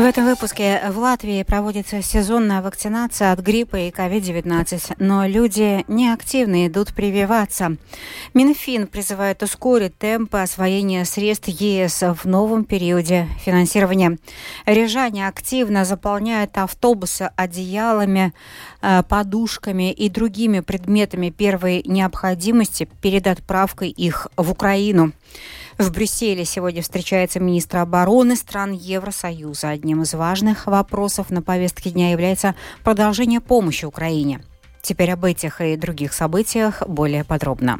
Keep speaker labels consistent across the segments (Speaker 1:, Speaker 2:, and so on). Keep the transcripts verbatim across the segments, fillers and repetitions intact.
Speaker 1: В этом выпуске в Латвии проводится сезонная вакцинация от гриппа и ковид девятнадцать, но люди неактивно идут прививаться. Минфин призывает ускорить темпы освоения средств ЕС в новом периоде финансирования. Рижане активно заполняют автобусы одеялами, подушками и другими предметами первой необходимости перед отправкой их в Украину. В Брюсселе сегодня встречается министр обороны стран Евросоюза. Одним из важных вопросов на повестке дня является продолжение помощи Украине. Теперь об этих и других событиях более подробно.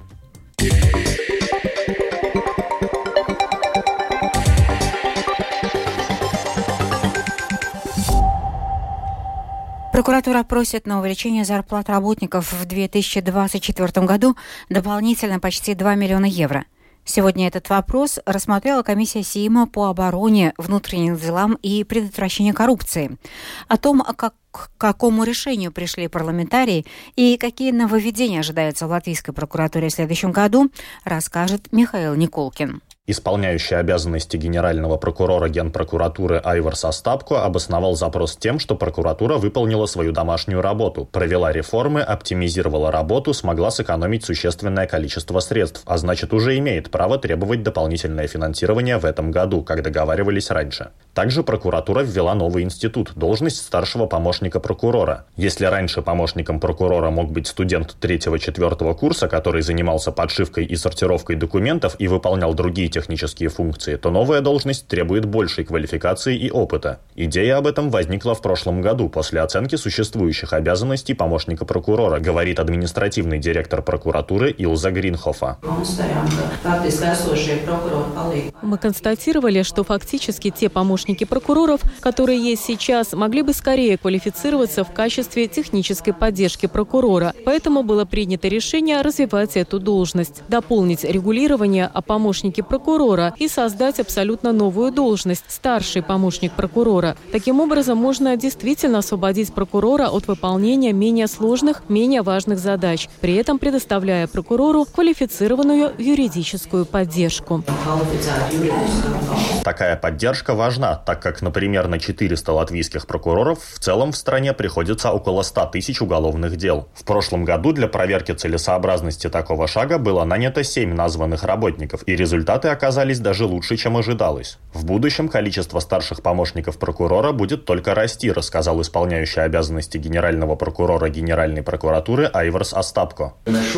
Speaker 1: Прокуратура просит на увеличение зарплат работников в две тысячи двадцать четвёртом году дополнительно почти два миллиона евро. Сегодня этот вопрос рассмотрела комиссия Сейма по обороне, внутренним делам и предотвращению коррупции. О том, как, к какому решению пришли парламентарии и какие нововведения ожидаются в латвийской прокуратуре в следующем году, расскажет Михаил Николкин.
Speaker 2: Исполняющий обязанности генерального прокурора Генпрокуратуры Айварс Астапко обосновал запрос тем, что прокуратура выполнила свою домашнюю работу, провела реформы, оптимизировала работу, смогла сэкономить существенное количество средств, а значит уже имеет право требовать дополнительное финансирование в этом году, как договаривались раньше. Также прокуратура ввела новый институт – должность старшего помощника прокурора. Если раньше помощником прокурора мог быть студент третьего-четвертого курса, который занимался подшивкой и сортировкой документов и выполнял другие технические функции, то новая должность требует большей квалификации и опыта. Идея об этом возникла в прошлом году после оценки существующих обязанностей помощника прокурора, говорит административный директор прокуратуры Илза Гринхофа.
Speaker 3: Мы констатировали, что фактически те помощники прокуроров, которые есть сейчас, могли бы скорее квалифицироваться в качестве технической поддержки прокурора. Поэтому было принято решение развивать эту должность, дополнить регулирование о помощнике прокурора прокурора и создать абсолютно новую должность – старший помощник прокурора. Таким образом, можно действительно освободить прокурора от выполнения менее сложных, менее важных задач, при этом предоставляя прокурору квалифицированную юридическую поддержку.
Speaker 2: Такая поддержка важна, так как, например, на четыреста латвийских прокуроров в целом в стране приходится около ста тысяч уголовных дел. В прошлом году для проверки целесообразности такого шага было нанято семь названных работников, и результаты оказались даже лучше, чем ожидалось. В будущем количество старших помощников прокурора будет только расти, рассказал исполняющий обязанности генерального прокурора Генеральной прокуратуры Айварс Астапко.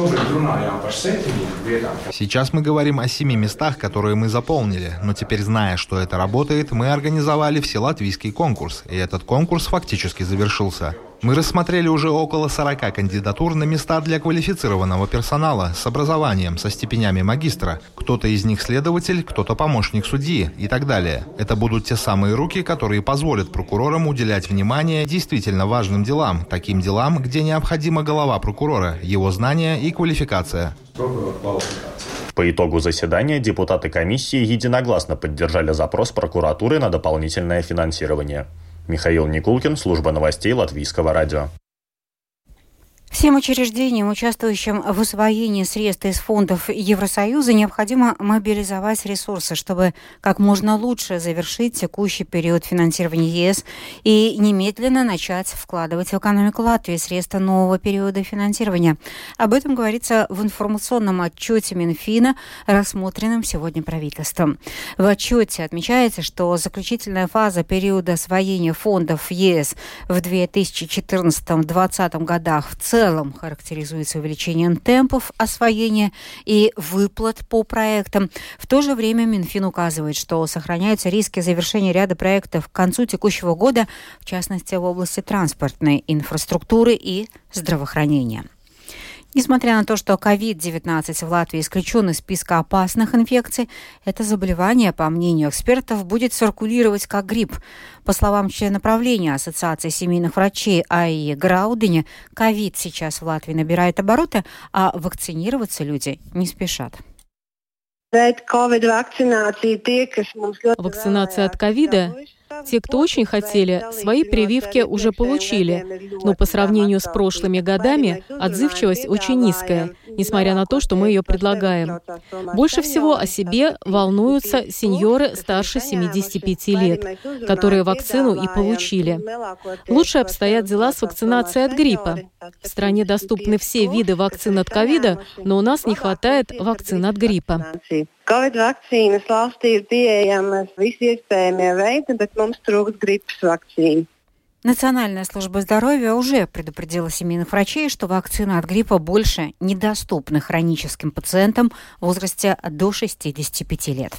Speaker 4: Сейчас мы говорим о семи местах, которые мы заполнили, но теперь, зная, что это работает, мы организовали вселатвийский конкурс, и этот конкурс фактически завершился. Мы рассмотрели уже около сорока кандидатур на места для квалифицированного персонала с образованием, со степенями магистра. Кто-то из них следователь, кто-то помощник судьи и так далее. Это будут те самые руки, которые позволят прокурорам уделять внимание действительно важным делам, таким делам, где необходима голова прокурора, его знания и квалификация.
Speaker 2: По итогу заседания депутаты комиссии единогласно поддержали запрос прокуратуры на дополнительное финансирование. Михаил Никулкин, служба новостей Латвийского радио.
Speaker 1: Всем учреждениям, участвующим в усвоении средств из фондов Евросоюза, необходимо мобилизовать ресурсы, чтобы как можно лучше завершить текущий период финансирования ЕС и немедленно начать вкладывать в экономику Латвии средства нового периода финансирования. Об этом говорится в информационном отчете Минфина, рассмотренном сегодня правительством. В отчете отмечается, что заключительная фаза периода освоения фондов ЕС в две тысячи четырнадцатом — две тысячи двадцатом годах в целом В целом характеризуется увеличением темпов освоения и выплат по проектам. В то же время Минфин указывает, что сохраняются риски завершения ряда проектов к концу текущего года, в частности в области транспортной инфраструктуры и здравоохранения. Несмотря на то, что ковид девятнадцать в Латвии исключен из списка опасных инфекций, это заболевание, по мнению экспертов, будет циркулировать как грипп. По словам члена правления Ассоциации семейных врачей Аи Граудине, ковид сейчас в Латвии набирает обороты, а вакцинироваться люди не спешат.
Speaker 3: Вакцинация от ковида Те, кто очень хотели, свои прививки уже получили. Но по сравнению с прошлыми годами отзывчивость очень низкая, несмотря на то, что мы ее предлагаем. Больше всего о себе волнуются сеньоры старше семидесяти пяти лет, которые вакцину и получили. Лучше обстоят дела с вакцинацией от гриппа. В стране доступны все виды вакцин от ковида, но у нас не хватает вакцин от гриппа.
Speaker 5: Covid-vakcīnas valstī ir pieejamas visi iespējamie veidi, bet mums trūkst gripas vakcīnu.
Speaker 1: Национальная служба здоровья уже предупредила семейных врачей, что вакцины от гриппа больше недоступны хроническим пациентам в возрасте до шестидесяти пяти лет.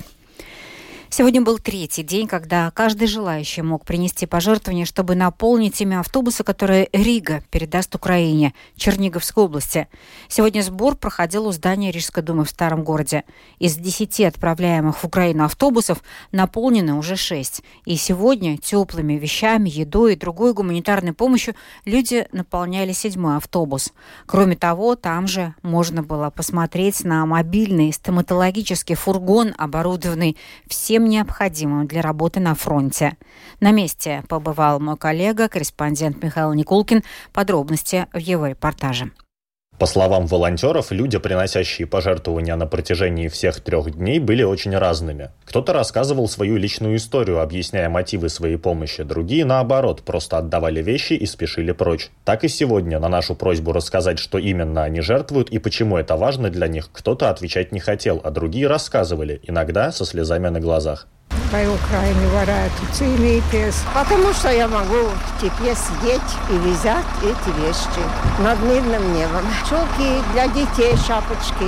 Speaker 1: Сегодня был третий день, когда каждый желающий мог принести пожертвования, чтобы наполнить ими автобусы, которые Рига передаст Украине, Черниговской области. Сегодня сбор проходил у здания Рижской думы в Старом городе. Из десяти отправляемых в Украину автобусов наполнены уже шесть. И сегодня теплыми вещами, едой и другой гуманитарной помощью люди наполняли седьмой автобус. Кроме того, там же можно было посмотреть на мобильный стоматологический фургон, оборудованный всем необходимым для работы на фронте. На месте побывал мой коллега, корреспондент Михаил Никулкин. Подробности в его репортаже.
Speaker 2: По словам волонтеров, люди, приносящие пожертвования на протяжении всех трех дней, были очень разными. Кто-то рассказывал свою личную историю, объясняя мотивы своей помощи, другие, наоборот, просто отдавали вещи и спешили прочь. Так и сегодня на нашу просьбу рассказать, что именно они жертвуют и почему это важно для них, кто-то отвечать не хотел, а другие рассказывали, иногда со слезами на глазах.
Speaker 6: Lai Ukraiņi varētu cīnīties, потому что я могу теперь сидеть и вязать эти вещи над мирным небом. Чулки для детей, шапочки,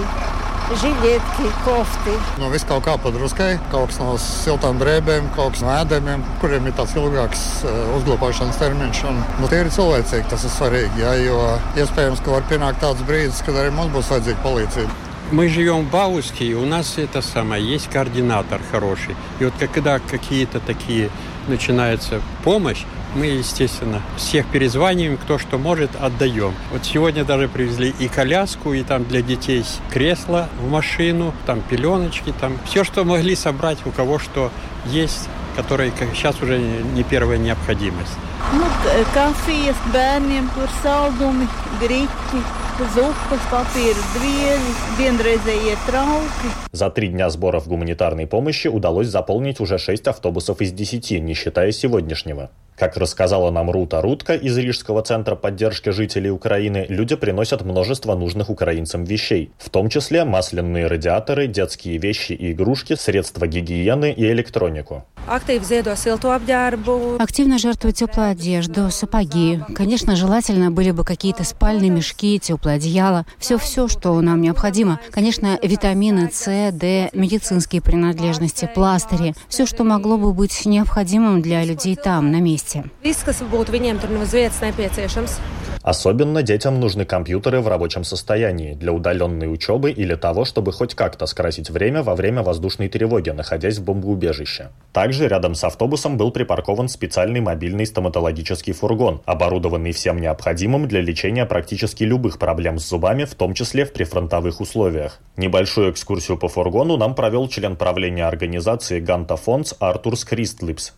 Speaker 6: жилетки, кофты.
Speaker 7: Nu, viss kaut kā padruskai, kaut kas no siltām drēbēm, kaut kas no ēdamiem, kuriem ir tāds ilgāks uh, uzglabāšanas termiņš. Un, nu, tie ir cilvēcīgi, tas ir svarīgi, ja, jo iespējams, ka var pienākt tāds brīdis, kad arī mums būs vajadzīga palīdzība.
Speaker 8: Мы живем в Бауске, и у нас это самое, есть координатор хороший. И вот когда какие-то такие начинается помощь, мы, естественно, всех перезваниваем, кто что может, отдаем. Вот сегодня даже привезли и коляску, и там для детей кресло в машину, там пеленочки, там все, что могли собрать, у кого что есть, которые сейчас уже не первая необходимость.
Speaker 9: Nu, kafijas bērniem, tur saldumi, griķi, zupas, papīra dvieļi, vienreizējie trauki.
Speaker 2: За три дня сборов гуманитарной помощи удалось заполнить уже шесть автобусов из десяти, не считая сегодняшнего. Как рассказала нам Рута Рудка из Рижского центра поддержки жителей Украины, люди приносят множество нужных украинцам вещей, в том числе масляные радиаторы, детские вещи и игрушки, средства гигиены и электронику.
Speaker 1: Активно жертвуют теплую одежду, сапоги. Конечно, желательно были бы какие-то спальные мешки, теплое одеяло. Все-все, что нам необходимо. Конечно, витамины С, Д, медицинские принадлежности, пластыри. Все, что могло бы быть необходимым для людей там, на месте.
Speaker 2: Особенно детям нужны компьютеры в рабочем состоянии для удаленной учебы или того, чтобы хоть как-то скрасить время во время воздушной тревоги, находясь в бомбоубежище. Также рядом с автобусом был припаркован специальный мобильный стоматологический фургон, оборудованный всем необходимым для лечения практически любых проблем с зубами, в том числе в прифронтовых условиях. Небольшую экскурсию по фургону нам провел член правления организации Ганта Фондс Артурс Кристлипс.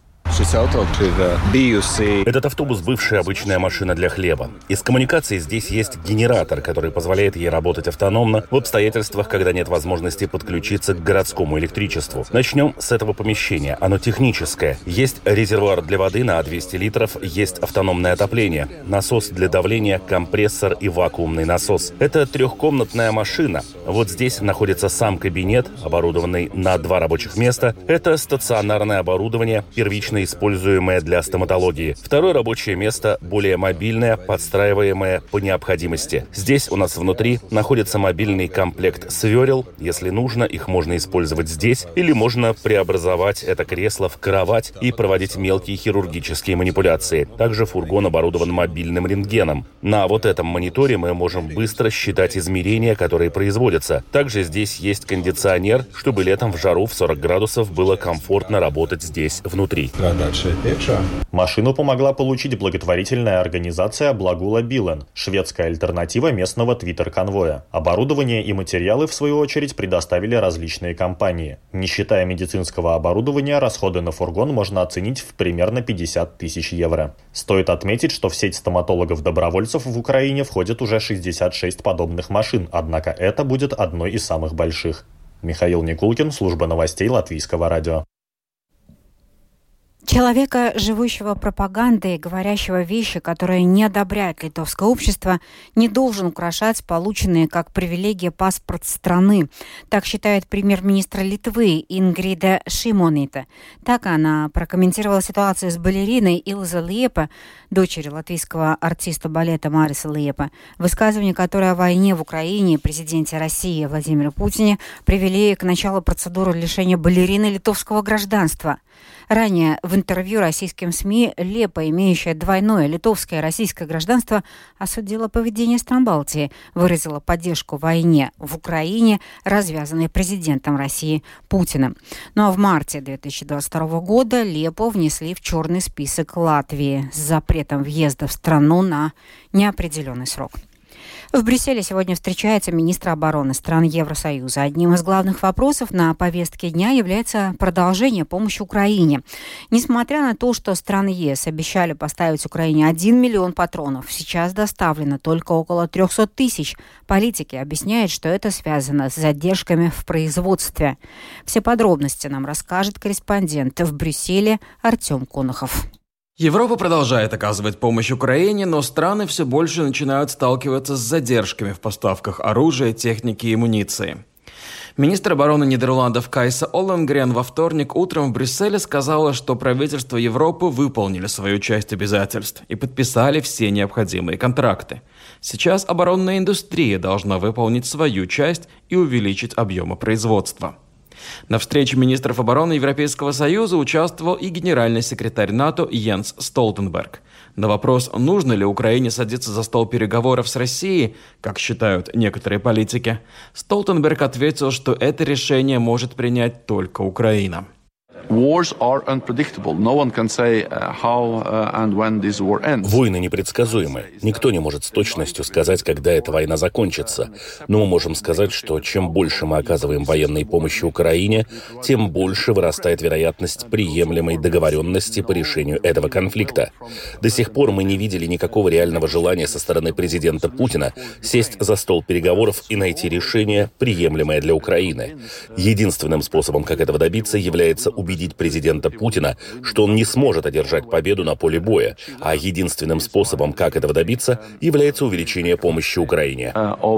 Speaker 10: Этот автобус – бывшая обычная машина для хлеба. Из коммуникации здесь есть генератор, который позволяет ей работать автономно в обстоятельствах, когда нет возможности подключиться к городскому электричеству. Начнем с этого помещения. Оно техническое. Есть резервуар для воды на двести литров, есть автономное отопление, насос для давления, компрессор и вакуумный насос. Это трехкомнатная машина. Вот здесь находится сам кабинет, оборудованный на два рабочих места. Это стационарное оборудование, первично используемое для стоматологии. Второе рабочее место более мобильное, подстраиваемое по необходимости. Здесь у нас внутри находится мобильный комплект сверел. Если нужно, их можно использовать здесь, или можно преобразовать это кресло в кровать и проводить мелкие хирургические манипуляции. Также фургон оборудован мобильным рентгеном. На вот этом мониторе мы можем быстро считать измерения, которые производятся. Также здесь есть кондиционер, чтобы летом в жару в сорок градусов было комфортно работать здесь внутри.
Speaker 2: Машину помогла получить благотворительная организация «Благула Билен», шведская альтернатива местного твиттер-конвоя. Оборудование и материалы, в свою очередь, предоставили различные компании. Не считая медицинского оборудования, расходы на фургон можно оценить в примерно пятьдесят тысяч евро. Стоит отметить, что в сеть стоматологов-добровольцев в Украине входит уже шестьдесят шесть подобных машин, однако это будет одной из самых больших. Михаил Никулкин, служба новостей Латвийского радио.
Speaker 1: Человека, живущего пропагандой, говорящего вещи, которые не одобряет литовское общество, не должен украшать полученные как привилегия паспорт страны. Так считает премьер-министр Литвы Ингрида Шимонита. Так она прокомментировала ситуацию с балериной Илза Лиепа, дочерью латвийского артиста балета Мариса Лиепа. Высказывания, которые о войне в Украине и президенте России Владимире Путине привели к началу процедуры лишения балерины литовского гражданства. Ранее в интервью российским СМИ Лиепа, имеющая двойное литовское и российское гражданство, осудила поведение стран Балтии, выразила поддержку войне в Украине, развязанной президентом России Путиным. Ну а в марте две тысячи двадцать второго года Лиепу внесли в черный список Латвии с запретом въезда в страну на неопределенный срок. В Брюсселе сегодня встречается министр обороны стран Евросоюза. Одним из главных вопросов на повестке дня является продолжение помощи Украине. Несмотря на то, что страны ЕС обещали поставить Украине один миллион патронов, сейчас доставлено только около триста тысяч. Политики объясняют, что это связано с задержками в производстве. Все подробности нам расскажет корреспондент в Брюсселе Артем Конохов.
Speaker 11: Европа продолжает оказывать помощь Украине, но страны все больше начинают сталкиваться с задержками в поставках оружия, техники и амуниции. Министр обороны Нидерландов Кайса Олленгрен во вторник утром в Брюсселе сказала, что правительства Европы выполнили свою часть обязательств и подписали все необходимые контракты. Сейчас оборонная индустрия должна выполнить свою часть и увеличить объемы производства. На встрече министров обороны Европейского Союза участвовал и генеральный секретарь НАТО Йенс Столтенберг. На вопрос, нужно ли Украине садиться за стол переговоров с Россией, как считают некоторые политики, Столтенберг ответил, что это решение может принять только Украина.
Speaker 10: Войны непредсказуемы. Никто не может с точностью сказать, когда эта война закончится. Но мы можем сказать, что чем больше мы оказываем военной помощи Украине, тем больше вырастает вероятность приемлемой договоренности по решению этого конфликта. До сих пор мы не видели никакого реального желания со стороны президента Путина сесть за стол переговоров и найти решение, приемлемое для Украины. Единственным способом, как этого добиться, является убедить президента Путина, что он не сможет одержать победу на поле боя, а единственным способом, как этого добиться, является увеличение помощи Украине.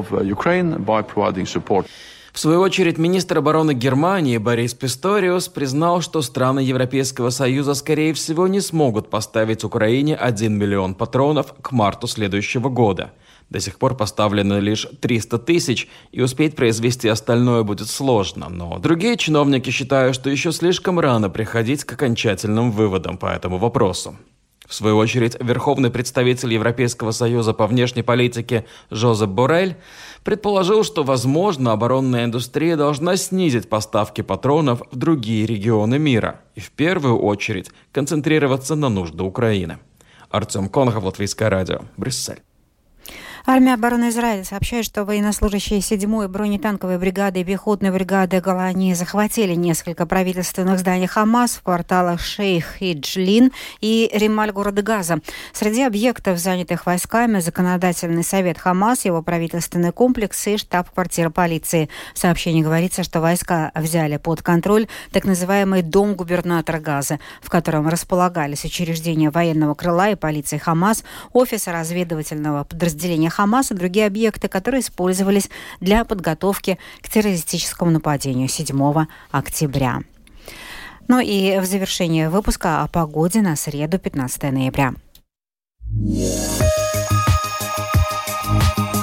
Speaker 11: В свою очередь, министр обороны Германии Борис Писториус признал, что страны Европейского Союза, скорее всего, не смогут поставить Украине один миллион патронов к марту следующего года. До сих пор поставлено лишь триста тысяч, и успеть произвести остальное будет сложно. Но другие чиновники считают, что еще слишком рано приходить к окончательным выводам по этому вопросу. В свою очередь, верховный представитель Европейского Союза по внешней политике Жозеп Боррель предположил, что, возможно, оборонная индустрия должна снизить поставки патронов в другие регионы мира и в первую очередь концентрироваться на нужды Украины. Артем Конохов, Латвийское радио, Брюссель.
Speaker 1: Армия обороны Израиля сообщает, что военнослужащие седьмой бронетанковой бригады и пехотной бригады Голани захватили несколько правительственных зданий Хамас в кварталах Шейх-Иджлин и Рималь города Газа. Среди объектов, занятых войсками, законодательный совет Хамас, его правительственный комплекс и штаб-квартира полиции. В сообщении говорится, что войска взяли под контроль так называемый дом губернатора Газа, в котором располагались учреждения военного крыла и полиции Хамас, офиса разведывательного подразделения Хамас и другие объекты, которые использовались для подготовки к террористическому нападению седьмого октября. Ну и в завершение выпуска о погоде на среду, пятнадцатого ноября.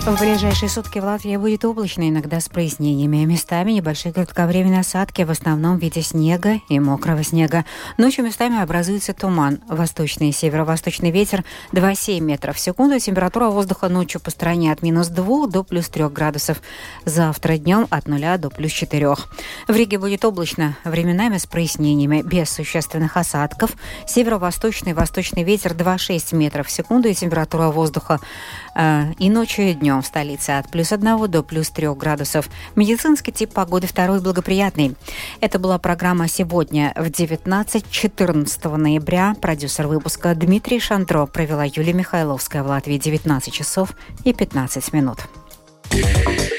Speaker 1: В ближайшие сутки в Латвии будет облачно, иногда с прояснениями. Местами небольшие кратковременные осадки, в основном в виде снега и мокрого снега. Ночью местами образуется туман. Восточный и северо-восточный ветер два целых семь метров в секунду. Температура воздуха ночью по стране от минус двух до плюс трех градусов. Завтра днем от нуля до плюс четырех. В Риге будет облачно, временами с прояснениями, без существенных осадков. Северо-восточный и восточный ветер два целых шесть метров в секунду. И температура воздуха э, и ночью, и днем в столице от плюс одного до плюс трех градусов. Медицинский тип погоды второй благоприятный. Это была программа «Сегодня» в девятнадцать-четырнадцатого ноября. Продюсер выпуска Дмитрий Шандро, провела Юлия Михайловская. В Латвии девятнадцать часов и пятнадцать минут.